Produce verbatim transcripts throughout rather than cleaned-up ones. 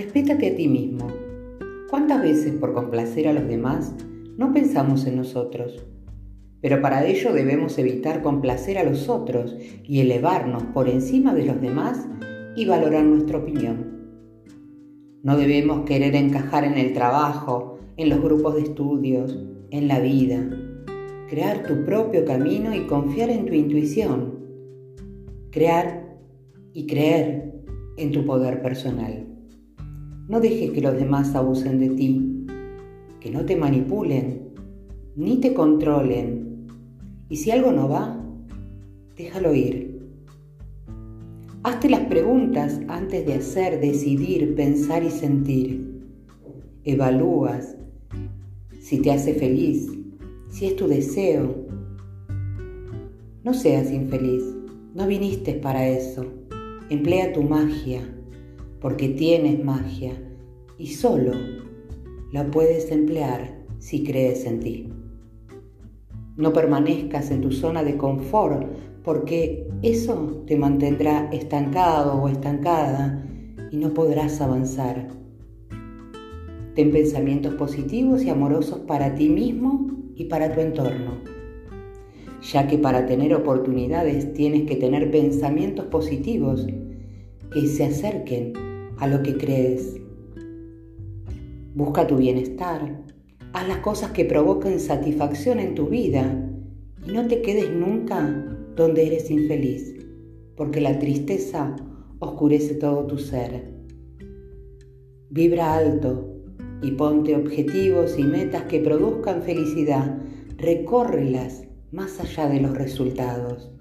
Respétate a ti mismo. ¿Cuántas veces por complacer a los demás no pensamos en nosotros? Pero para ello debemos evitar complacer a los otros y elevarnos por encima de los demás y valorar nuestra opinión. No debemos querer encajar en el trabajo, en los grupos de estudios, en la vida. Crear tu propio camino y confiar en tu intuición. Crear y creer en tu poder personal. No dejes que los demás abusen de ti, que no te manipulen, ni te controlen. Y si algo no va, déjalo ir. Hazte las preguntas antes de hacer, decidir, pensar y sentir. Evalúas si te hace feliz, si es tu deseo. No seas infeliz, no viniste para eso. Emplea tu magia, porque tienes magia y solo la puedes emplear si crees en ti. No permanezcas en tu zona de confort, porque eso te mantendrá estancado o estancada y no podrás avanzar. Ten pensamientos positivos y amorosos para ti mismo y para tu entorno, ya que para tener oportunidades tienes que tener pensamientos positivos que se acerquen a lo que crees. Busca tu bienestar, haz las cosas que provoquen satisfacción en tu vida y no te quedes nunca donde eres infeliz, porque la tristeza oscurece todo tu ser. Vibra alto y ponte objetivos y metas que produzcan felicidad. Recórrelas más allá de los resultados.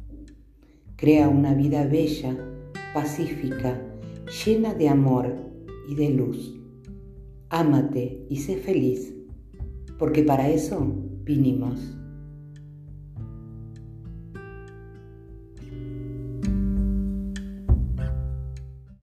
Crea una vida bella, pacífica, llena de amor y de luz. Ámate y sé feliz, porque para eso vinimos.